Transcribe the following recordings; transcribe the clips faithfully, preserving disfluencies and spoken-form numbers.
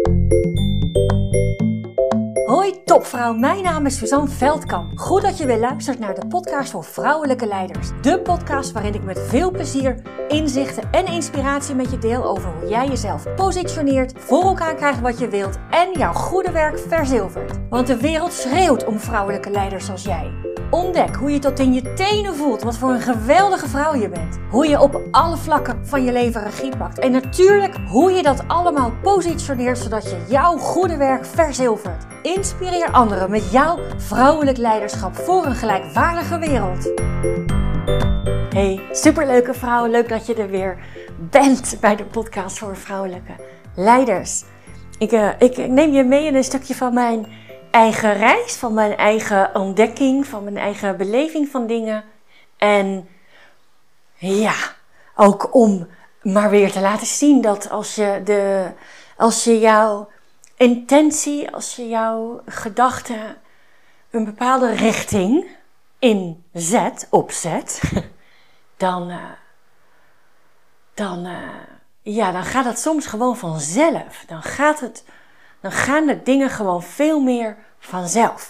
Hoi topvrouw, mijn naam is Suzanne Veldkamp. Goed dat je weer luistert naar de podcast voor vrouwelijke leiders. De podcast waarin ik met veel plezier, inzichten en inspiratie met je deel over hoe jij jezelf positioneert, voor elkaar krijgt wat je wilt en jouw goede werk verzilvert. Want de wereld schreeuwt om vrouwelijke leiders zoals jij. Ontdek hoe je tot in je tenen voelt wat voor een geweldige vrouw je bent. Hoe je op alle vlakken van je leven regie pakt. En natuurlijk hoe je dat allemaal positioneert zodat je jouw goede werk verzilvert. Inspireer anderen met jouw vrouwelijk leiderschap voor een gelijkwaardige wereld. Hey, superleuke vrouw. Leuk dat je er weer bent bij de podcast voor vrouwelijke leiders. Ik, uh, ik neem je mee in een stukje van mijn eigen reis, van mijn eigen ontdekking, van mijn eigen beleving van dingen. En ja, ook om maar weer te laten zien dat als je, de, als je jouw intentie, als je jouw gedachten een bepaalde richting inzet, opzet, dan, uh, dan, uh, ja, dan gaat het soms gewoon vanzelf. Dan gaat het, dan gaan de dingen gewoon veel meer vanzelf.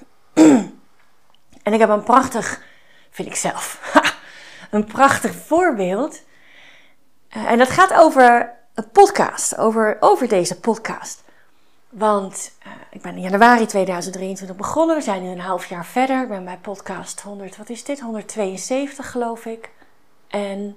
En ik heb een prachtig, vind ik zelf, een prachtig voorbeeld. Uh, en dat gaat over een podcast, over, over deze podcast. Want uh, ik ben in januari tweeduizend drieëntwintig begonnen. We zijn nu een half jaar verder. Ik ben bij podcast honderd, wat is dit? honderdtweeënzeventig geloof ik. En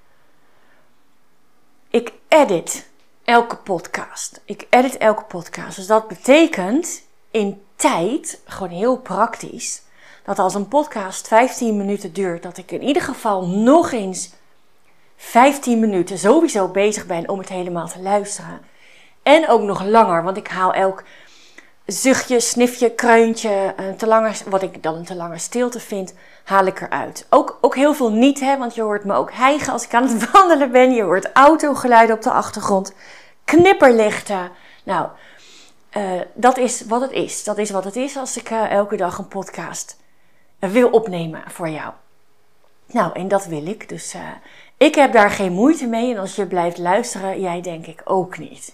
ik edit elke podcast. Ik edit elke podcast. Dus dat betekent in tijd, gewoon heel praktisch, dat als een podcast vijftien minuten duurt, dat ik in ieder geval nog eens vijftien minuten sowieso bezig ben om het helemaal te luisteren. En ook nog langer, want ik haal elk zuchtje, snifje, kreuntje, een te lange, wat ik dan een te lange stilte vind, haal ik eruit. Ook, ook heel veel niet, hè, want je hoort me ook hijgen als ik aan het wandelen ben. Je hoort autogeluiden op de achtergrond, knipperlichten. Nou, uh, dat is wat het is. Dat is wat het is als ik uh, elke dag een podcast uh, wil opnemen voor jou. Nou, en dat wil ik. Dus uh, ik heb daar geen moeite mee. En als je blijft luisteren, jij denk ik ook niet.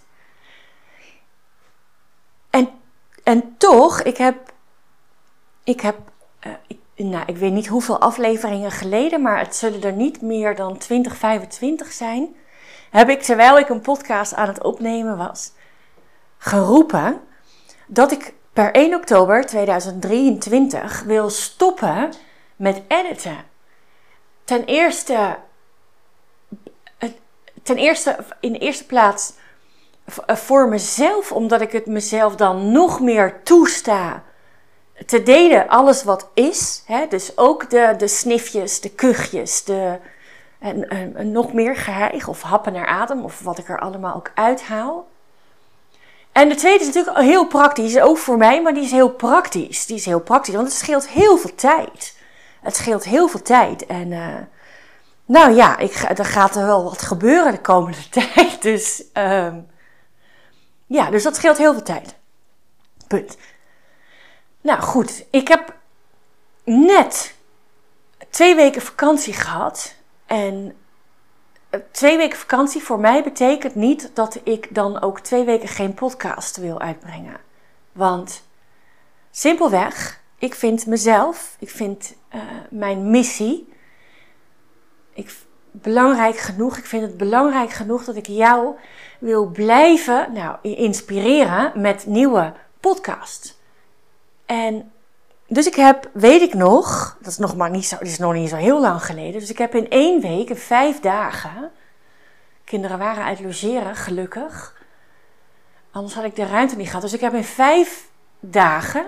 En, en toch, ik heb, ik heb, uh, ik, nou, ik weet niet hoeveel afleveringen geleden, maar het zullen er niet meer dan twintig, vijfentwintig zijn, heb ik, terwijl ik een podcast aan het opnemen was, geroepen dat ik per één oktober tweeduizend drieëntwintig wil stoppen met editen. Ten eerste, ten eerste, in de eerste plaats voor mezelf, omdat ik het mezelf dan nog meer toesta te delen, alles wat is. Hè? Dus ook de, de snifjes, de kuchjes, de, en, en, en nog meer geheig of happen naar adem, of wat ik er allemaal ook uithaal. En de tweede is natuurlijk heel praktisch, ook voor mij, maar die is heel praktisch. Die is heel praktisch, want het scheelt heel veel tijd. Het scheelt heel veel tijd. En uh, nou ja, ik, er gaat er wel wat gebeuren de komende tijd. Dus uh, ja, dus dat scheelt heel veel tijd. Punt. Nou goed, ik heb net twee weken vakantie gehad. En twee weken vakantie voor mij betekent niet dat ik dan ook twee weken geen podcast wil uitbrengen. Want simpelweg, ik vind mezelf, ik vind uh, mijn missie ik, belangrijk genoeg. Ik vind het belangrijk genoeg dat ik jou wil blijven nou, inspireren met nieuwe podcasts. En dus ik heb, weet ik nog, dat is nog maar niet zo, dat is nog niet zo heel lang geleden. Dus ik heb in één week, in vijf dagen, kinderen waren uit logeren, gelukkig. Anders had ik de ruimte niet gehad. Dus ik heb in vijf dagen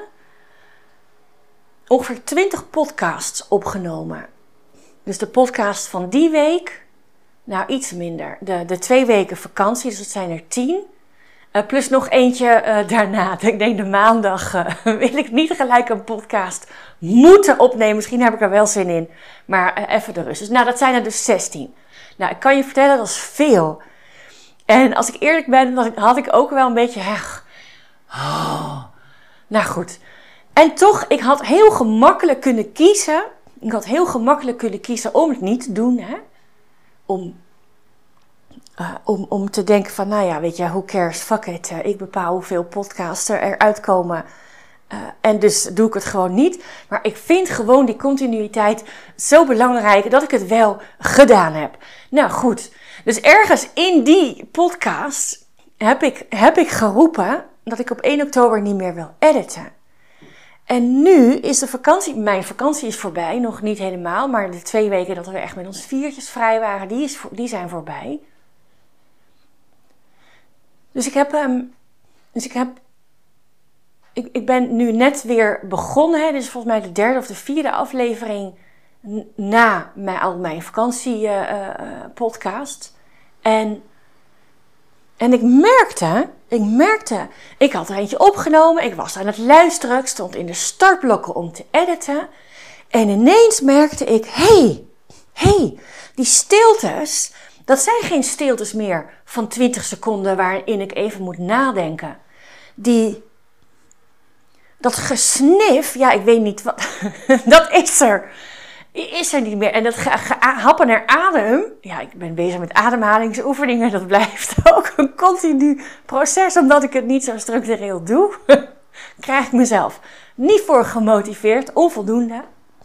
ongeveer twintig podcasts opgenomen. Dus de podcast van die week, nou iets minder. De, de twee weken vakantie, dus dat zijn er tien. Uh, plus nog eentje uh, daarna. Ik denk de maandag uh, wil ik niet gelijk een podcast moeten opnemen. Misschien heb ik er wel zin in. Maar uh, even de rust. Dus, nou, dat zijn er dus zestien. Nou, ik kan je vertellen, dat is veel. En als ik eerlijk ben, dan had ik ook wel een beetje... Ach, oh, nou goed. En toch, ik had heel gemakkelijk kunnen kiezen. Ik had heel gemakkelijk kunnen kiezen om het niet te doen. Hè? Om, Uh, om, om te denken van, nou ja, weet je, who cares, fuck it. Uh, ik bepaal hoeveel podcasts er eruit komen. Uh, en dus doe ik het gewoon niet. Maar ik vind gewoon die continuïteit zo belangrijk dat ik het wel gedaan heb. Nou goed, dus ergens in die podcast heb ik, heb ik geroepen dat ik op één oktober niet meer wil editen. En nu is de vakantie, mijn vakantie is voorbij, nog niet helemaal, maar de twee weken dat we echt met ons viertjes vrij waren, die, is, die zijn voorbij. Dus ik heb, um, dus ik heb, ik, ik ben nu net weer begonnen, hè, dus volgens mij de derde of de vierde aflevering na mijn, al mijn vakantiepodcast. Uh, uh, en, en ik merkte, ik merkte, ik had er eentje opgenomen, ik was aan het luisteren, ik stond in de startblokken om te editen. En ineens merkte ik, hé, hey, hé, hey, die stiltes, dat zijn geen stiltes meer van twintig seconden waarin ik even moet nadenken. Die, dat gesnif, ja, ik weet niet wat, dat is er. Is er niet meer. En dat ge, ge, happen naar adem, ja, ik ben bezig met ademhalingsoefeningen, dat blijft ook een continu proces, omdat ik het niet zo structureel doe. Krijg ik mezelf niet voor gemotiveerd, onvoldoende.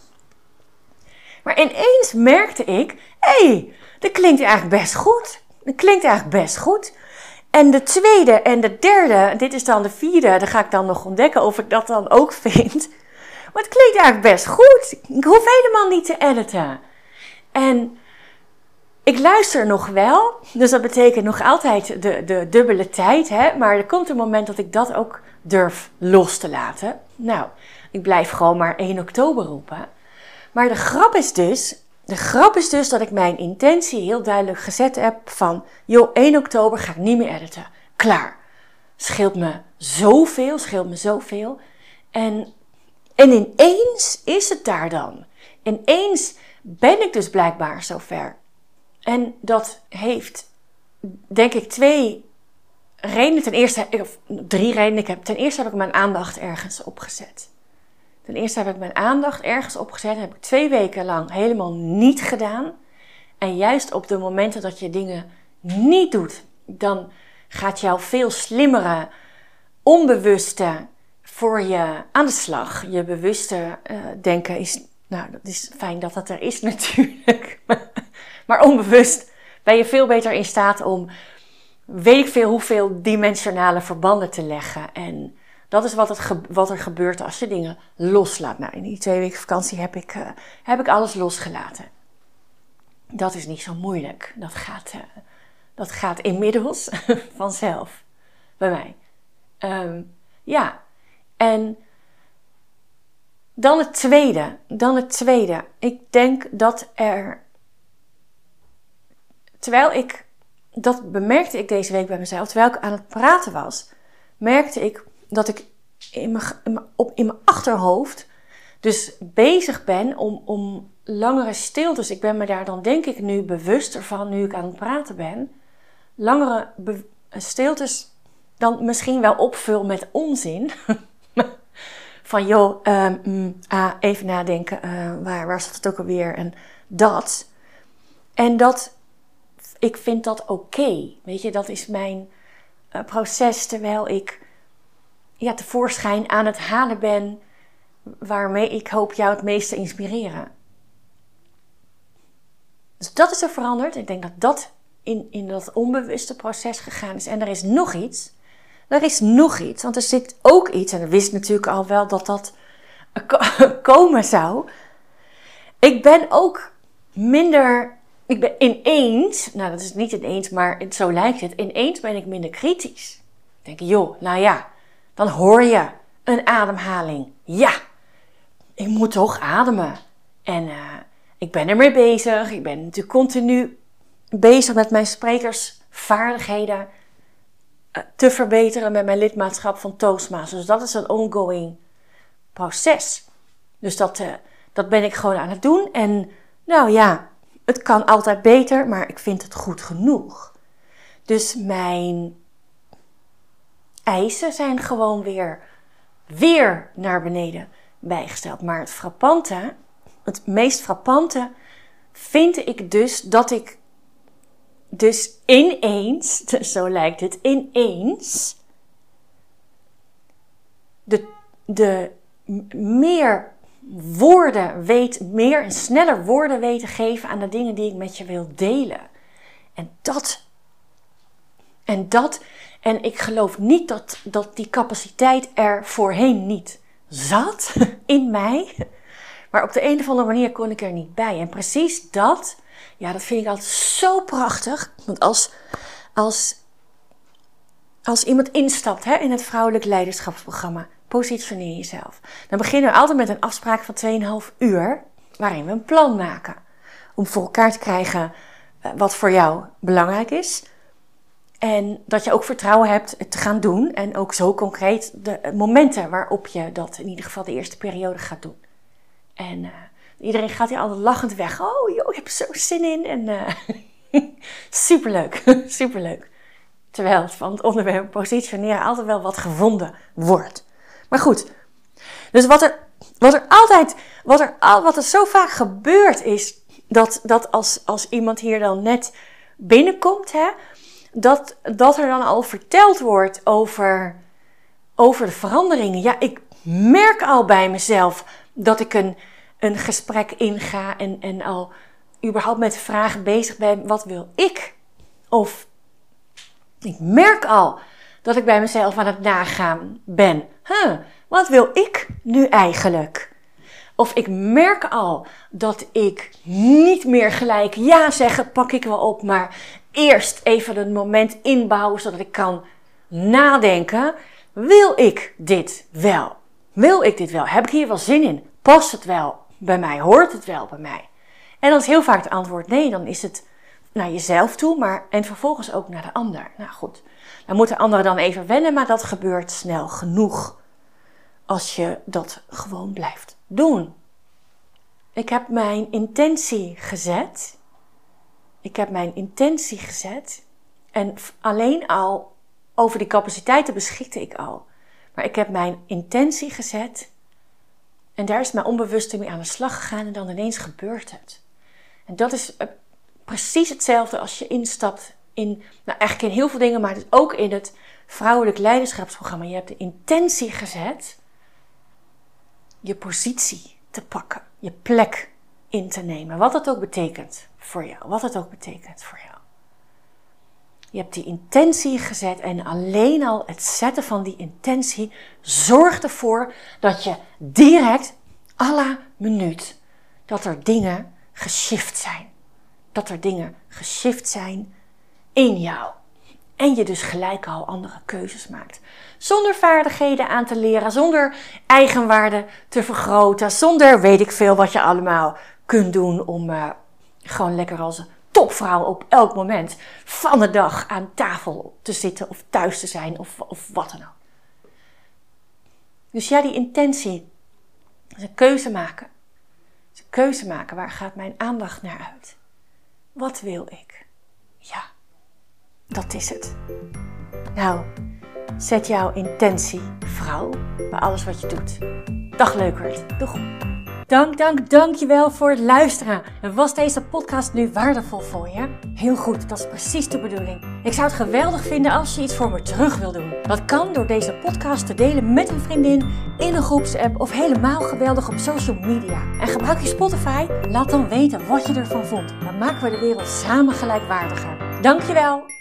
Maar ineens merkte ik, hé, hey, dat klinkt eigenlijk best goed. Dat klinkt eigenlijk best goed. En de tweede en de derde, dit is dan de vierde, daar ga ik dan nog ontdekken of ik dat dan ook vind. Maar het klinkt eigenlijk best goed. Ik hoef helemaal niet te editen. En ik luister nog wel, dus dat betekent nog altijd de, de dubbele tijd. Hè? Maar er komt een moment dat ik dat ook durf los te laten. Nou, ik blijf gewoon maar één oktober roepen. Maar de grap is dus, de grap is dus dat ik mijn intentie heel duidelijk gezet heb van, joh, één oktober ga ik niet meer editen. Klaar. Scheelt me zoveel, scheelt me zoveel. En, en ineens is het daar dan. Ineens ben ik dus blijkbaar zover. En dat heeft, denk ik, twee redenen. Ten eerste, of drie redenen. Ik heb, ten eerste heb ik mijn aandacht ergens opgezet. Ten eerste heb ik mijn aandacht ergens opgezet. Dat heb ik twee weken lang helemaal niet gedaan. En juist op de momenten dat je dingen niet doet, dan gaat jouw veel slimmere, onbewuste voor je aan de slag. Je bewuste uh, denken is, nou, dat is fijn dat dat er is natuurlijk. Maar onbewust ben je veel beter in staat om, weet ik veel hoeveel dimensionale verbanden te leggen. En dat is wat, het ge- wat er gebeurt als je dingen loslaat. Nou, in die twee weken vakantie heb ik, uh, heb ik alles losgelaten. Dat is niet zo moeilijk. Dat gaat, uh, dat gaat inmiddels vanzelf bij mij. Um, ja, en dan het tweede. Dan het tweede. Ik denk dat er, terwijl ik, dat bemerkte ik deze week bij mezelf, terwijl ik aan het praten was, merkte ik dat ik in mijn, in mijn, op, in mijn achterhoofd dus bezig ben om, om langere stiltes. Ik ben me daar dan denk ik nu bewuster van, nu ik aan het praten ben. Langere be- stiltes dan misschien wel opvul met onzin. Van joh, um, mm, ah, even nadenken, uh, waar, waar zat het ook alweer? En dat. En dat, ik vind dat oké. Okay. Weet je, dat is mijn uh, proces terwijl ik ja, tevoorschijn aan het halen ben, waarmee ik hoop jou het meest te inspireren. Dus dat is er veranderd. Ik denk dat dat in, in dat onbewuste proces gegaan is. En er is nog iets. Er is nog iets. Want er zit ook iets. En ik wist natuurlijk al wel dat dat komen zou. Ik ben ook minder. Ik ben ineens. Nou, dat is niet ineens, maar zo lijkt het. Ineens ben ik minder kritisch. Ik denk, joh, nou ja. Dan hoor je een ademhaling. Ja, ik moet toch ademen. En uh, ik ben ermee bezig. Ik ben natuurlijk continu bezig met mijn sprekersvaardigheden uh, te verbeteren met mijn lidmaatschap van Toastmasters. Dus dat is een ongoing proces. Dus dat, uh, dat ben ik gewoon aan het doen. En nou ja, het kan altijd beter, maar ik vind het goed genoeg. Dus mijn eisen zijn gewoon weer, weer naar beneden bijgesteld. Maar het frappante, het meest frappante vind ik dus dat ik dus ineens, zo lijkt het, ineens de, de meer woorden weet, meer en sneller woorden weten geven aan de dingen die ik met je wil delen. En dat, en dat, en ik geloof niet dat, dat die capaciteit er voorheen niet zat in mij. Maar op de een of andere manier kon ik er niet bij. En precies dat, ja, dat vind ik altijd zo prachtig. Want als, als, als iemand instapt hè, in het vrouwelijk leiderschapsprogramma, positioneer jezelf. Dan beginnen we altijd met een afspraak van twee komma vijf uur, waarin we een plan maken. Om voor elkaar te krijgen wat voor jou belangrijk is. En dat je ook vertrouwen hebt het te gaan doen. En ook zo concreet de momenten waarop je dat in ieder geval de eerste periode gaat doen. En uh, iedereen gaat hier altijd lachend weg. Oh joh, ik heb er zo zin in. En uh, superleuk, superleuk. Terwijl het van het onderwerp positioneren altijd wel wat gevonden wordt. Maar goed, dus wat er, wat er altijd, wat er, wat er zo vaak gebeurt is, dat, dat als, als iemand hier dan net binnenkomt, hè, dat, dat er dan al verteld wordt over, over de veranderingen. Ja, ik merk al bij mezelf dat ik een, een gesprek inga en, en al überhaupt met de vraag bezig ben, wat wil ik? Of ik merk al dat ik bij mezelf aan het nagaan ben. Huh, wat wil ik nu eigenlijk? Of ik merk al dat ik niet meer gelijk ja zeggen, pak ik wel op, maar eerst even een moment inbouwen zodat ik kan nadenken. Wil ik dit wel? Wil ik dit wel? Heb ik hier wel zin in? Past het wel bij mij? Hoort het wel bij mij? En dan is heel vaak het antwoord nee, dan is het naar jezelf toe, maar en vervolgens ook naar de ander. Nou goed, dan moeten anderen dan even wennen, maar dat gebeurt snel genoeg als je dat gewoon blijft doen. Ik heb mijn intentie gezet. Ik heb mijn intentie gezet. En alleen al over die capaciteiten beschikte ik al. Maar ik heb mijn intentie gezet. En daar is mijn onbewuste mee aan de slag gegaan. En dan ineens gebeurt het. En dat is precies hetzelfde als je instapt in, nou eigenlijk in heel veel dingen, maar dus ook in het vrouwelijk leiderschapsprogramma. Je hebt de intentie gezet je positie te pakken, je plek in te nemen. Wat dat ook betekent voor jou, wat het ook betekent voor jou. Je hebt die intentie gezet en alleen al het zetten van die intentie zorgt ervoor dat je direct, à la minuut, dat er dingen geshift zijn. Dat er dingen geshift zijn in jou. En je dus gelijk al andere keuzes maakt. Zonder vaardigheden aan te leren, zonder eigenwaarde te vergroten, zonder weet ik veel wat je allemaal kunt doen om uh, gewoon lekker als een topvrouw op elk moment van de dag aan tafel te zitten of thuis te zijn of, of wat dan ook. Dus ja, die intentie is een keuze maken. Is een keuze maken, waar gaat mijn aandacht naar uit? Wat wil ik? Ja, dat is het. Nou, zet jouw intentie, vrouw, bij alles wat je doet. Dag leukert. Doeg. Dank, dank, dank je wel voor het luisteren. En was deze podcast nu waardevol voor je? Heel goed, dat is precies de bedoeling. Ik zou het geweldig vinden als je iets voor me terug wil doen. Dat kan door deze podcast te delen met een vriendin, in een groepsapp of helemaal geweldig op social media. En gebruik je Spotify? Laat dan weten wat je ervan vond. Dan maken we de wereld samen gelijkwaardiger. Dank je wel.